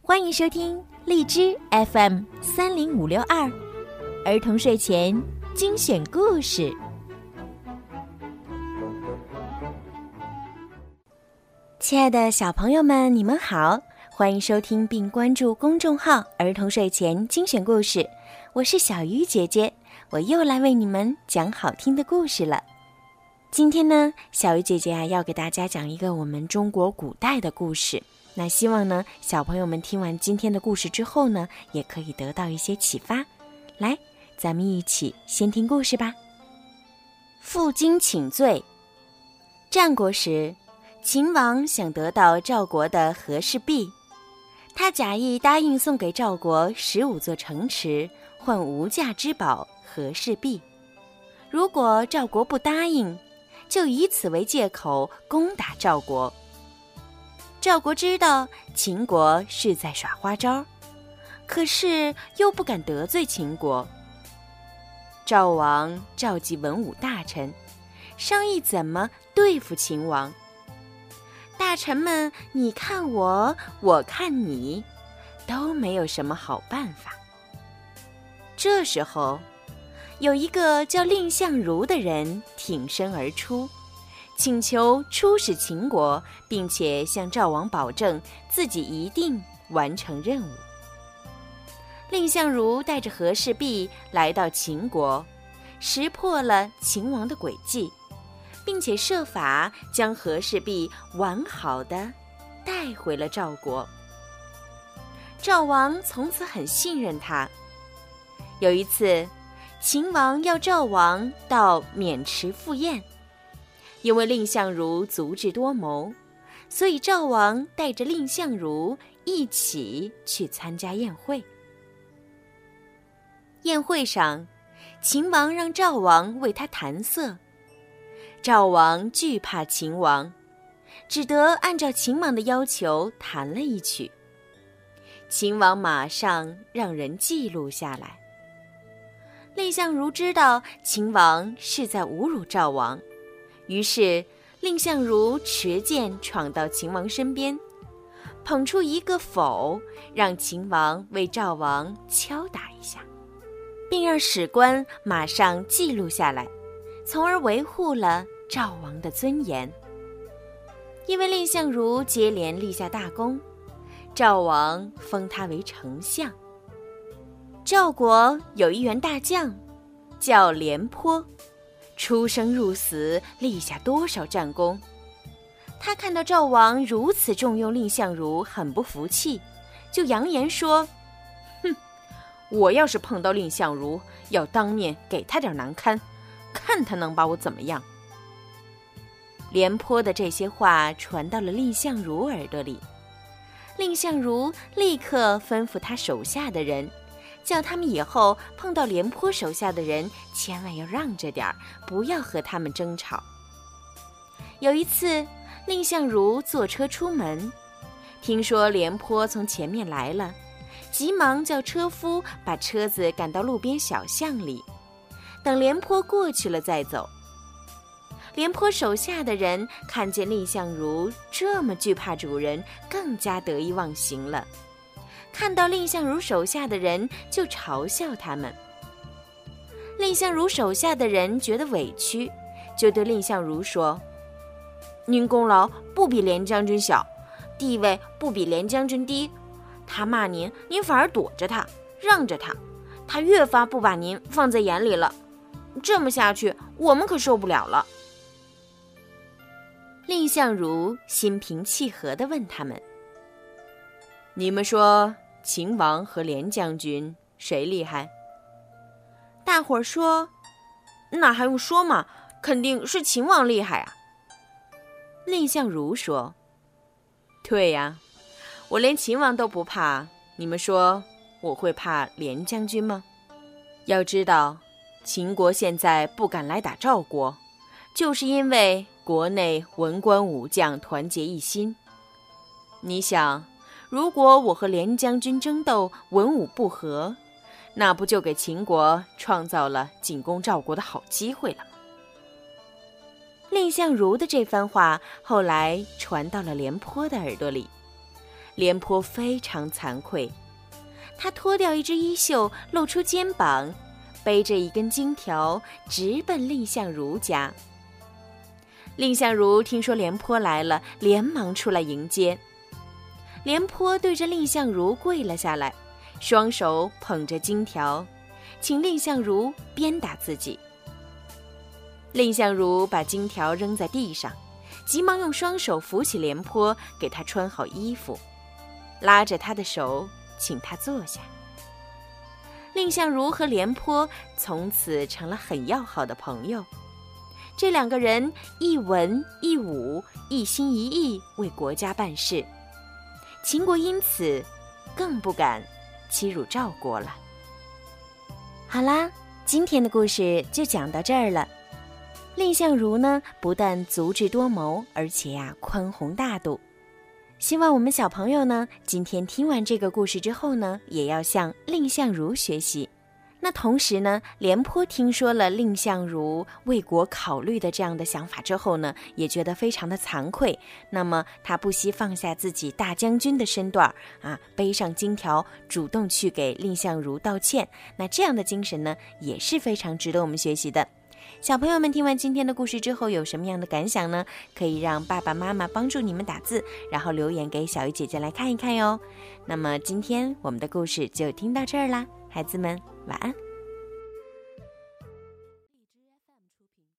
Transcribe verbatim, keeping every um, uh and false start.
欢迎收听荔枝 F M 三零五六二儿童睡前精选故事。亲爱的小朋友们，你们好，欢迎收听并关注公众号儿童睡前精选故事，我是小鱼姐姐，我又来为你们讲好听的故事了。今天呢，小鱼姐姐啊要给大家讲一个我们中国古代的故事。那希望呢，小朋友们听完今天的故事之后呢，也可以得到一些启发。来，咱们一起先听故事吧。负荆请罪。战国时，秦王想得到赵国的和氏璧，他假意答应送给赵国十五座城池，换无价之宝和氏璧。如果赵国不答应，就以此为借口攻打赵国。赵国知道秦国是在耍花招，可是又不敢得罪秦国。赵王召集文武大臣，商议怎么对付秦王。大臣们你看我，我看你，都没有什么好办法。这时候，有一个叫蔺相如的人挺身而出，请求出使秦国，并且向赵王保证自己一定完成任务。蔺相如带着和氏璧来到秦国，识破了秦王的诡计，并且设法将和氏璧完好地带回了赵国。赵王从此很信任他。有一次，秦王要赵王到渑池赴宴，因为蔺相如足智多谋，所以赵王带着蔺相如一起去参加宴会。宴会上，秦王让赵王为他弹瑟，赵王惧怕秦王，只得按照秦王的要求弹了一曲。秦王马上让人记录下来。蔺相如知道秦王是在侮辱赵王，于是蔺相如持剑闯到秦王身边，捧出一个否，让秦王为赵王敲打一下，并让史官马上记录下来，从而维护了赵王的尊严。因为蔺相如接连立下大功，赵王封他为丞相。赵国有一员大将叫廉颇，出生入死，立下多少战功。他看到赵王如此重用蔺相如，很不服气，就扬言说：哼，我要是碰到蔺相如，要当面给他点难堪，看他能把我怎么样。廉颇的这些话传到了蔺相如耳朵里，蔺相如立刻吩咐他手下的人，叫他们以后碰到廉颇手下的人，千万要让着点儿，不要和他们争吵。有一次，蔺相如坐车出门，听说廉颇从前面来了，急忙叫车夫把车子赶到路边小巷里，等廉颇过去了再走。廉颇手下的人看见蔺相如这么惧怕主人，更加得意忘形了。看到蔺相如手下的人就嘲笑他们。蔺相如手下的人觉得委屈，就对蔺相如说：您功劳不比廉将军小，地位不比廉将军低，他骂您，您反而躲着他，让着他，他越发不把您放在眼里了。这么下去，我们可受不了了。蔺相如心平气和地问他们：你们说秦王和廉将军谁厉害？大伙儿说：那还用说吗？肯定是秦王厉害啊。蔺相如说：对呀，我连秦王都不怕，你们说我会怕廉将军吗？要知道，秦国现在不敢来打赵国，就是因为国内文官武将团结一心。你想，如果我和廉将军争斗，文武不和，那不就给秦国创造了进攻赵国的好机会了吗？蔺相如的这番话后来传到了廉颇的耳朵里， 廉颇非常惭愧，他脱掉一只衣袖，露出肩膀，背着一根金条，直奔蔺相如家。蔺相如听说廉颇来了，连忙出来迎接。廉颇对着蔺相如跪了下来，双手捧着金条，请蔺相如鞭打自己。蔺相如把金条扔在地上，急忙用双手扶起廉颇，给他穿好衣服，拉着他的手请他坐下。蔺相如和廉颇从此成了很要好的朋友，这两个人一文一武，一心一意为国家办事，秦国因此更不敢欺辱赵国了。好啦，今天的故事就讲到这儿了。蔺相如呢，不但足智多谋，而且呀、啊、宽宏大度。希望我们小朋友呢，今天听完这个故事之后呢，也要向蔺相如学习。那同时呢，廉颇听说了蔺相如为国考虑的这样的想法之后呢，也觉得非常的惭愧。那么他不惜放下自己大将军的身段啊，背上金条，主动去给蔺相如道歉。那这样的精神呢，也是非常值得我们学习的。小朋友们听完今天的故事之后有什么样的感想呢？可以让爸爸妈妈帮助你们打字，然后留言给小鱼姐姐来看一看哟。那么今天我们的故事就听到这儿啦，孩子们晚安。